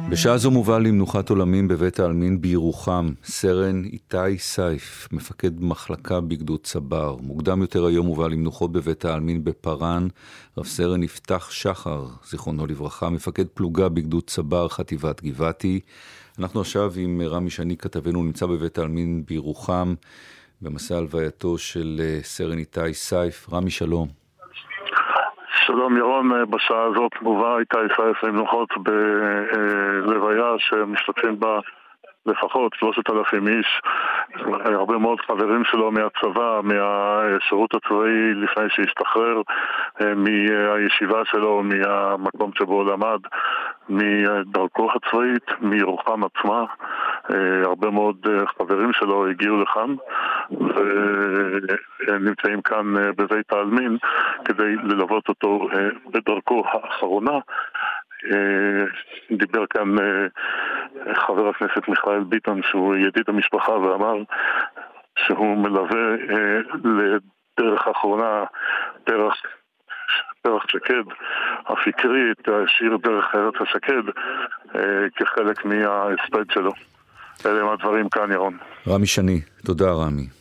בשעה זו מובא למנוחת עולמים בבית העלמין בירוחם סרן איתי סייף, מפקד מחלקה בגדוד צבר. מוקדם יותר היום מובא למנוחות בבית העלמין בפרן רב סרן יפתח שחר, זיכרונו לברכה, מפקד פלוגה בגדוד צבר חטיבת גבעתי. אנחנו עכשיו עם רמי שני כתבנו, נמצא בבית העלמין בירוחם במסע הלווייתו של סרן איתי סייף. רמי, שלום. שלום ירון, בשעה הזאת מובא איתי סייף למנוחות בלוויה שמשתתפים בה לפחות 3,000 איש, הרבה מאוד חברים שלו מהצבא, מהשירות הצבאי לפני שהשתחרר, מהישיבה שלו, מהמקום שבו למד, מדרכו הצבאית, מירוחם עצמה. הרבה מאוד חברים שלו הגיעו לכאן ונמצאים כאן בבית העלמין כדי ללוות אותו בדרכו האחרונה. דיבר כאן חבר הכנסת מיכאל ביטון שהוא ידיד המשפחה ואמר שהוא מלווה לדרך האחרונה, דרך שקד הפקרי, את השיר דרך ארץ השקד כחלק מההספד שלו. אלה הם הדברים כאן, ירון. רמי שני, תודה רמי.